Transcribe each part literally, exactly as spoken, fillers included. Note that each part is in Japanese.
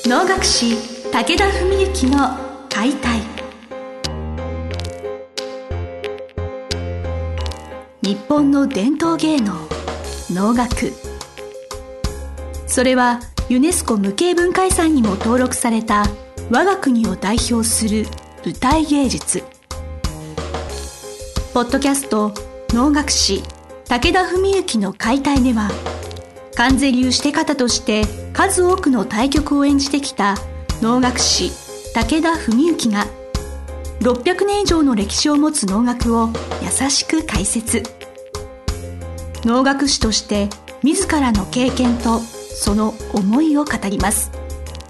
能楽師武田文幸の解体。日本の伝統芸能能楽、それはユネスコ無形文化遺産にも登録された我が国を代表する舞台芸術。ポッドキャスト能楽師武田文幸の解体では、観世流して方として数多くの大曲を演じてきた能楽師武田文幸がろっぴゃくねん以上の歴史を持つ能楽を優しく解説。能楽師として自らの経験とその思いを語ります。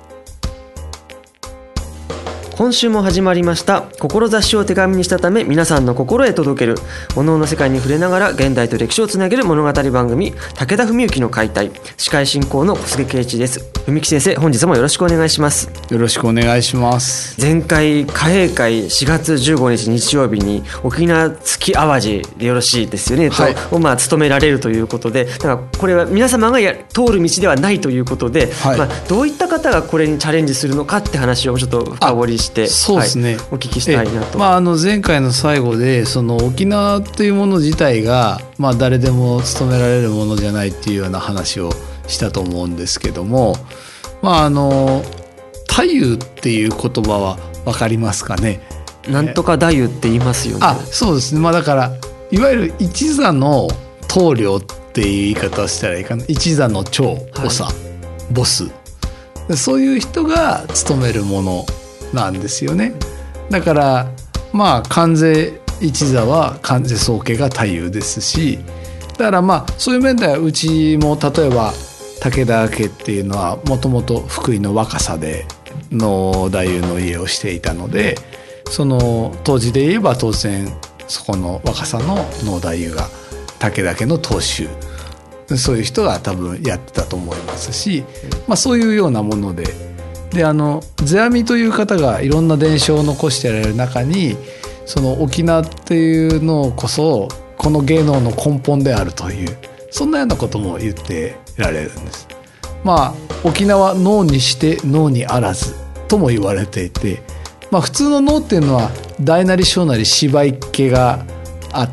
今週も始まりました志を手紙にしたため皆さんの心へ届けるお能の世界に触れながら現代と歴史をつなげる物語番組、武田文幸の解体。司会進行の小菅圭一です。文幸先生、本日もよろしくお願いします。 よろしくお願いします。 前回貨幣会しがつじゅうごにち日曜日に沖縄月淡路でよろしいですよね、はい、とをまあ務められるということで、だからこれは皆様がや通る道ではないということで、はい、まあ、どういった方がこれにチャレンジするのかって話をちょっと深掘りして、 そうですね、 はい、お聞きしたいなと。 まあ、あの前回の最後でその沖縄というもの自体が、まあ、誰でも務められるものじゃないっていうような話をしたと思うんですけども、まあ、あの太夫っていう言葉は分かりますかね。 なんとか太夫って言いますよね。 あ、そうですね、まあ、だからいわゆる一座の頭領っていう言い方をしたらいいかな。一座の長、長、はい、ボス、そういう人が務めるものなんですよね。だからまあ関税一座は関税宗家が太夫ですし、だからまあそういう面ではうちも例えば武田家っていうのはもともと福井の若狭で能太夫の家をしていたので、その当時で言えば当然そこの若狭の能太夫が武田家の当主、そういう人が多分やってたと思いますし、まあ、そういうようなもので、であの世阿弥という方がいろんな伝承を残していられる中に、その沖縄っていうのこそこの芸能の根本であるという、そんなようなことも言っていられるんです。まあ沖縄能にして能にあらずとも言われていて、まあ、普通の能っていうのは大なり小なり芝居系があって、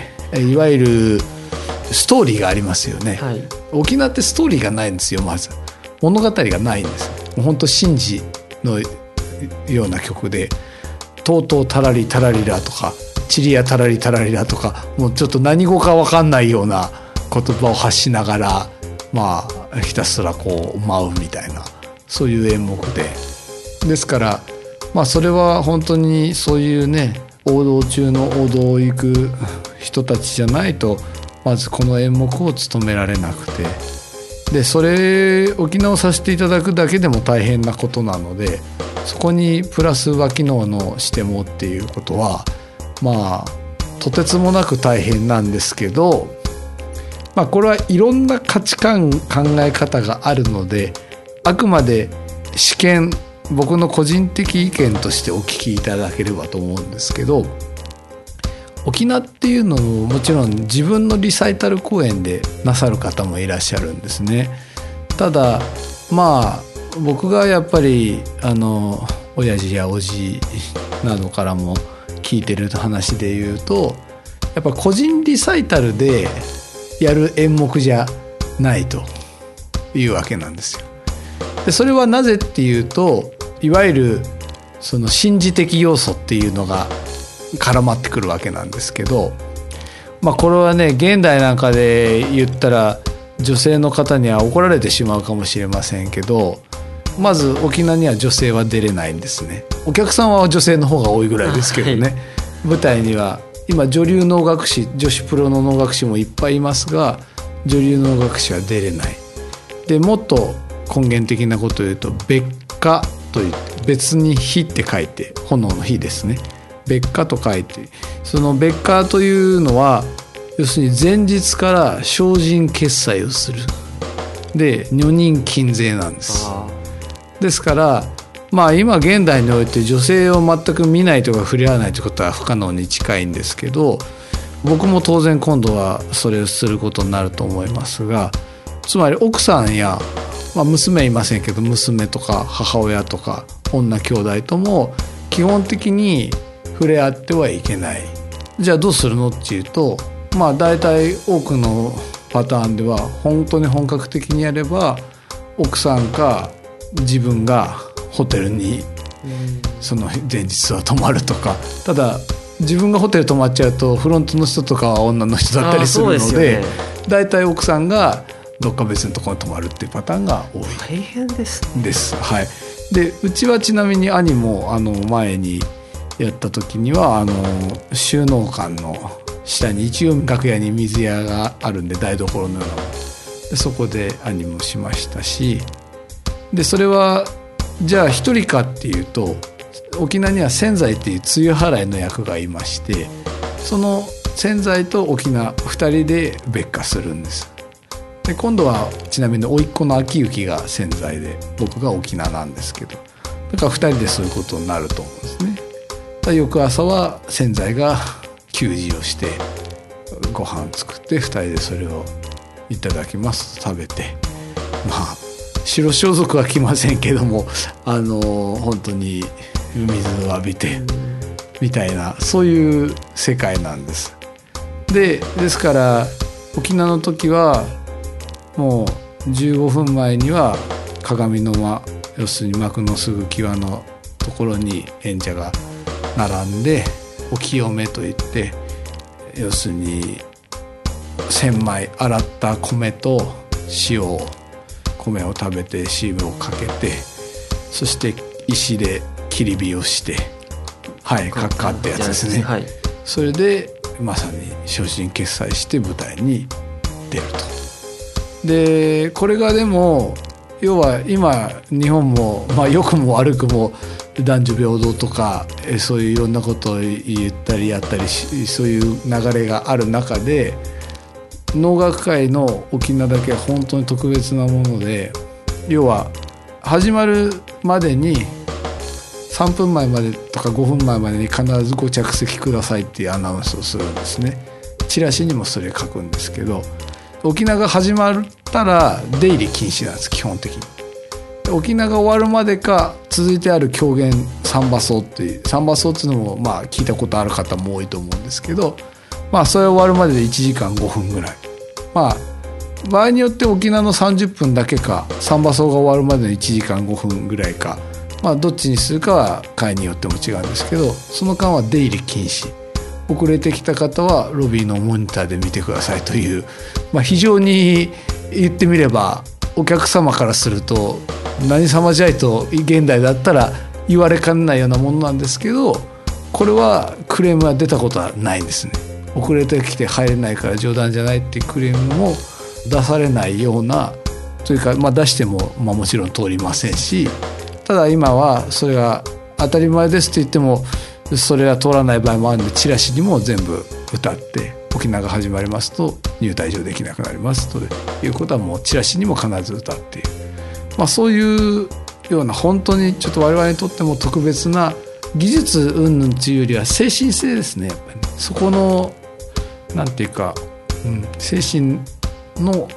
いわゆるストーリーがありますよね、はい、沖縄ってストーリーがないんですよ。まず物語がないんです。本当神事のような曲で、とうとうタラリタラリラとかチリヤタラリタラリラとか、もうちょっと何語か分かんないような言葉を発しながら、まあひたすらこう舞うみたいな、そういう演目で、ですからまあそれは本当にそういうね、王道中の王道を行く人たちじゃないとまずこの演目を務められなくて、でそれ沖縄をさせていただくだけでも大変なことなので、そこにプラス和機能のしてもっていうことはまあとてつもなく大変なんですけど、まあこれはいろんな価値観考え方があるので、あくまで試験、僕の個人的意見としてお聞きいただければと思うんですけど、沖縄っていうのももちろん自分のリサイタル公演でなさる方もいらっしゃるんですね。ただまあ僕がやっぱりあの親父やおじなどからも聞いてる話で言うと、やっぱ個人リサイタルでやる演目じゃないというわけなんですよ。でそれはなぜっていうと、いわゆるその心理的要素っていうのが絡まってくるわけなんですけど、まあこれはね、現代なんかで言ったら女性の方には怒られてしまうかもしれませんけど、まず沖縄には女性は出れないんですね。お客さんは女性の方が多いぐらいですけどね、はい、舞台には今女流能楽師、女子プロの能楽師もいっぱいいますが、女流能楽師は出れない。でもっと根源的なことを言うと、別火といって、別に火って書いて炎の火ですね、別火と書いて、その別火というのは要するに前日から精進決済をする、で女人禁税なんです。ですからまあ今現代において女性を全く見ないとか触れ合わないということは不可能に近いんですけど、僕も当然今度はそれをすることになると思いますが、つまり奥さんやまあ、娘いませんけど娘とか母親とか女兄弟とも基本的に触れ合ってはいけない。じゃあどうするのっていうと、まあ大体多くのパターンでは本当に本格的にやれば奥さんか自分がホテルにその前日は泊まるとか。ただ自分がホテル泊まっちゃうとフロントの人とかは女の人だったりするの で, で、ね、大体奥さんがどっか別のところに泊まるっていうパターンが多い。 大変ですです、はい、でうちはちなみに兄もあの前にやった時にはあの収納館の下に一応楽屋に水屋があるんで台所のようなでそこで兄もしましたし、でそれはじゃあ一人かっていうと沖縄には洗剤っていう梅雨払いの役がいまして、その洗剤と沖縄ふたりで別化するんです。で今度はちなみに甥っ子の秋雪が洗剤で僕が沖縄なんですけど、だからふたりでそういうことになると思うんですね。だ翌朝は洗剤が給仕をしてご飯作ってふたりでそれをいただきます食べて、まあ白装束は着ませんけどもあの本当に水を浴びてみたいなそういう世界なんです。でですから沖縄の時はもうじゅうごふんまえには鏡の間要するに幕のすぐ際のところに演者が並んでお清めといって要するに千枚洗った米と塩を米を食べて塩をかけてそして石で切り火をしてはいかかってやつですね、はい、それでまさに精進決済して舞台に出ると。でこれがでも要は今日本も、まあ、良くも悪くも男女平等とかそういういろんなことを言ったりやったりそういう流れがある中で能楽界の沖縄だけは本当に特別なもので、要は始まるまでにさんぷんまえまでとかごふんまえまでに必ずご着席くださいっていうアナウンスをするんですね。チラシにもそれ書くんですけど、沖縄が始まったら出入り禁止なんです基本的に。沖縄が終わるまでか続いてある狂言三馬荘っていう三馬荘っていうのもまあ聞いたことある方も多いと思うんですけど、まあそれ終わるまででいちじかんごふんぐらい、まあ場合によって沖縄のさんじゅっぷんだけか三馬荘が終わるまでのいちじかんごふんぐらいか、まあどっちにするかは会によっても違うんですけど、その間は出入り禁止、遅れてきた方はロビーのモニターで見てくださいという、まあ、非常に言ってみればお客様からすると何様じゃいと現代だったら言われかねないようなものなんですけど、これはクレームは出たことはないんですね。遅れてきて入れないから冗談じゃないっていうクレームも出されないようなというか、まあ、出しても、まあ、もちろん通りませんし、ただ今はそれが当たり前ですって言ってもそれは通らない場合もあるので、チラシにも全部歌って沖縄が始まりますと入退場できなくなりますということはもうチラシにも必ず歌っている、まあ、そういうような本当にちょっと我々にとっても特別な技術云々というよりは精神性ですね。やっぱりね、そこのなんていうか、うん、精神の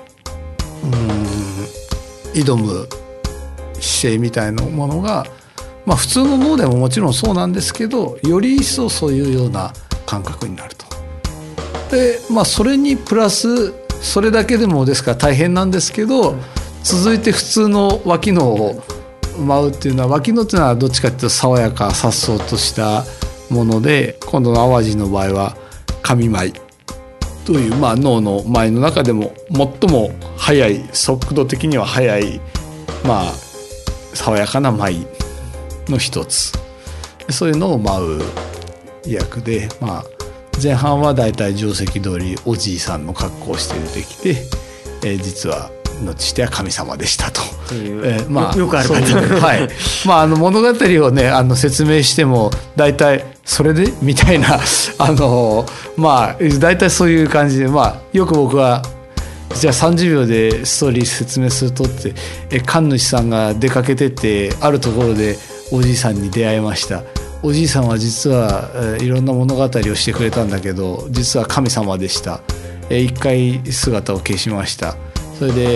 うん挑む姿勢みたいなものが、まあ、普通の脳でももちろんそうなんですけど、より一層そういうような感覚になると。で、まあ、それにプラスそれだけでもですから大変なんですけど、続いて普通の脇のを舞うっていうのは、脇のっていうのはどっちかっていうと爽やか颯爽としたもので、今度の淡路の場合は上舞という、まあ、能の舞の中でも最も速い、速度的には速い、まあ、爽やかな舞の一つ、そういうのを舞う役で、まあ、前半はだいたい定石通りおじいさんの格好をして出てきて、えー、実は後しては神様でしたという、えーまあ、 よくある感じ、 はいまあ、あの物語を、ね、あの説明しても大体それでみたいなあの、まあ、大体そういう感じで、まあ、よく僕はじゃあさんじゅうびょうでストーリー説明するとってえ神主さんが出かけてってあるところでおじいさんに出会いました。おじいさんは実は、えー、いろんな物語をしてくれたんだけど実は神様でした。えー、一回姿を消しました。それで、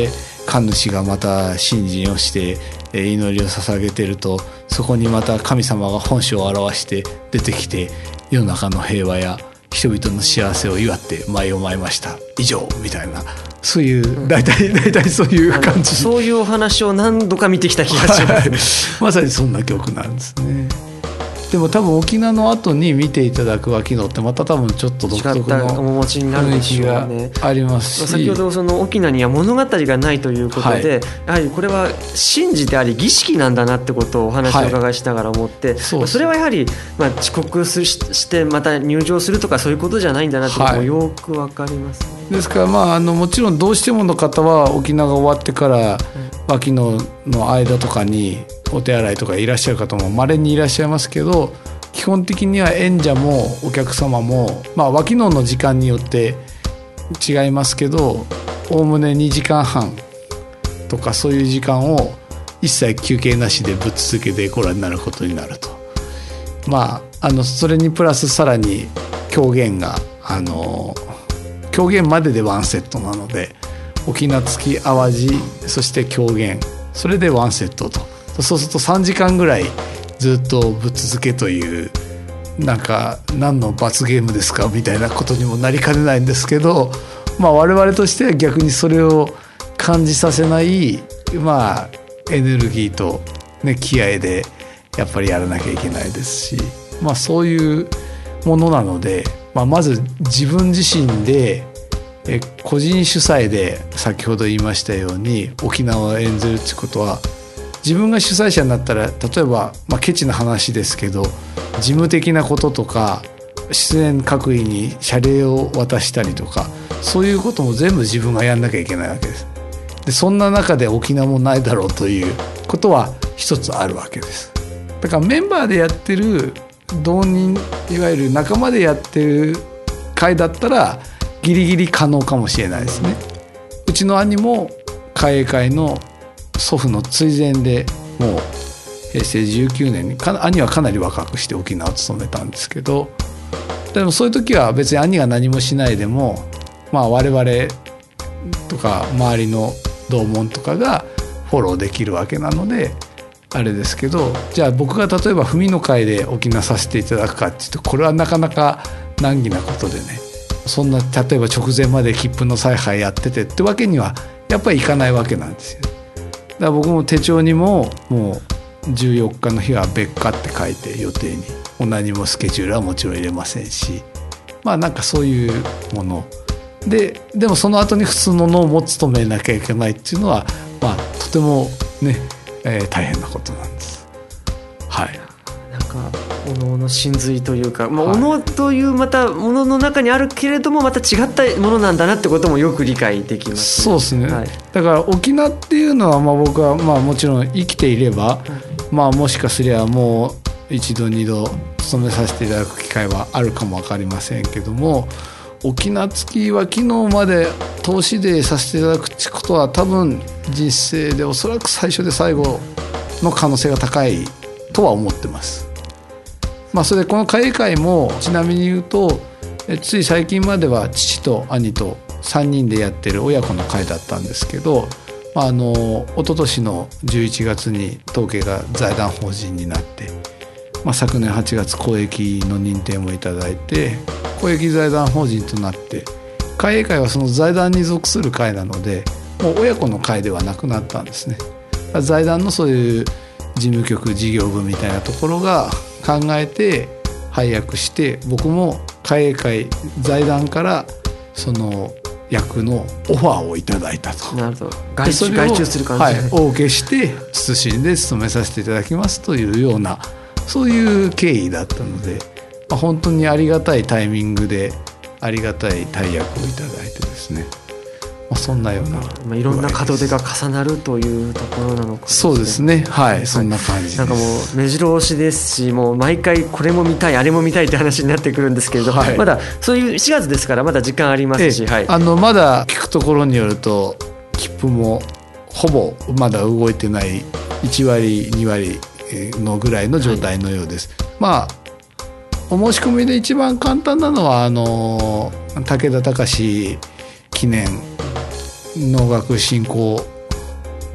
神主がまた信心をして祈りを捧げてると、そこにまた神様が本性を表して出てきて、世の中の平和や人々の幸せを祝って舞を舞いました以上みたいな、そういう大体、うん、大体そういう感じ、 そういうお話を何度か見てきた気がします、ね、 まさにそんな曲なんですね。でも多分沖縄の後に見ていただく脇野ってまた多分ちょっと独特の雰囲気がありますし、 先ほどその沖縄には物語がないということで、はい、やはりこれは神事であり儀式なんだなってことをお話を伺いしながら思って、はい、そ, それはやはりまあ遅刻してまた入場するとかそういうことじゃないんだなってこともよく分かります、ね。はい、 ですから、まあ、あのもちろんどうしてもの方は沖縄が終わってから脇野の間とかにお手洗いとかいらっしゃる方も稀にいらっしゃいますけど、基本的には演者もお客様も、まあ、脇野の時間によって違いますけど、おおむねにじかんはんとかそういう時間を一切休憩なしでぶっ続けてご覧になることになると。まあ、あのそれにプラスさらに狂言があの狂言まででワンセットなので、沖縄付き淡路そして狂言、それでワンセットと、そうするとさんじかんぐらいずっとぶっ続けという、なんか何の罰ゲームですかみたいなことにもなりかねないんですけど、まあ、我々としては逆にそれを感じさせない、まあ、エネルギーと、ね、気合でやっぱりやらなきゃいけないですし、まあ、そういうものなので、まあ、まず自分自身でえ個人主催で先ほど言いましたように沖縄を演ずるってことは、自分が主催者になったら、例えば、まあ、ケチな話ですけど事務的なこととか出演各位に謝礼を渡したりとか、そういうことも全部自分がやんなきゃいけないわけです。でそんな中で沖縄もないだろうということは一つあるわけです。だからメンバーでやってる同人、いわゆる仲間でやってる会だったらギリギリ可能かもしれないですね。うちの兄も会英会の祖父の追善でもうへいせいじゅうきゅうねんに兄はかなり若くして沖縄を務めたんですけど、でもそういう時は別に兄が何もしないでも、まあ、我々とか周りの同門とかがフォローできるわけなのであれですけど、じゃあ僕が例えば文の会で沖縄させていただくかっていうと、これはなかなか難儀なことでね、そんな例えば直前まで切符の采配やっててってわけにはやっぱりいかないわけなんですよ。だから僕も手帳にももうじゅうよっかの日は別課って書いて予定に、もう何もスケジュールはもちろん入れませんし、まあなんかそういうもので、でもその後に普通の脳も務めなきゃいけないっていうのは、まあとてもね、えー、大変なことなんです。はい。 なんかおのの真髄というか、まあ、おのというまたものの中にあるけれどもまた違ったものなんだなってこともよく理解できます、 ね、そうですね、はい、だから沖縄っていうのはまあ僕はまあもちろん生きていれば、まあ、もしかすりゃもう一度二度務めさせていただく機会はあるかも分かりませんけども、沖縄付きは昨日まで投資でさせていただくってことは多分人生でおそらく最初で最後の可能性が高いとは思ってます。まあ、それでこの会会もちなみに言うと、えつい最近までは父と兄とさんにんでやってる親子の会だったんですけど、まあ、あの一昨年のじゅういちがつに当家が財団法人になって、まあ、昨年はちがつ公益の認定もいただいて公益財団法人となって、会会はその財団に属する会なのでもう親子の会ではなくなったんですね。財団のそういう事務局事業部みたいなところが考えて配役して、僕も会会財団からその役のオファーをいただいたと。 なるほど。外注、外注する感じで、 はい、お受けして謹んで務めさせていただきますというようなそういう経緯だったので、まあ、本当にありがたいタイミングでありがたい大役をいただいてですね、まあ、そんなような、 まあ、いろんな門出が重なるというところなのか、ね、 そうですね、はい、そんな感じです。 なんかもう目白押しですし、もう毎回これも見たいあれも見たいって話になってくるんですけれど、はい、まだそういうしがつですからまだ時間ありますし、 ええ、 はい、 あのまだ聞くところによると切符もほぼまだ動いてないいちわりにわりのぐらいの状態のようです、はい、まあお申し込みで一番簡単なのはあの武田隆記念能楽振興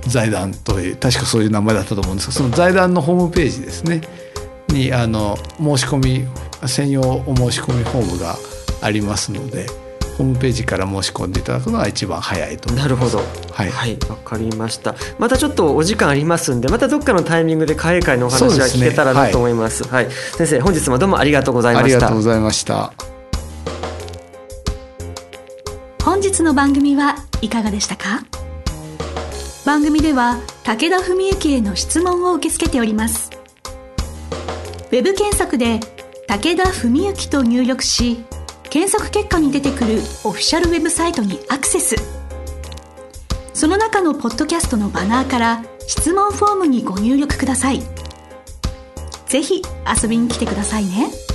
財団という確かそういう名前だったと思うんですが、その財団のホームページですねにあの申し込み専用お申し込みフォームがありますので、ホームページから申し込んでいただくのが一番早いと思います。 なるほど、はい、はい、わかりました。またちょっとお時間ありますんで、またどっかのタイミングで買い替えのお話は聞けたらなと思います。はい、はい、先生本日もどうもありがとうございました。 ありがとうございました。 本日の番組はいかがでしたか？番組では武田文幸への質問を受け付けております。ウェブ検索で武田文幸と入力し、検索結果に出てくるオフィシャルウェブサイトにアクセス。その中のポッドキャストのバナーから質問フォームにご入力ください。ぜひ遊びに来てくださいね。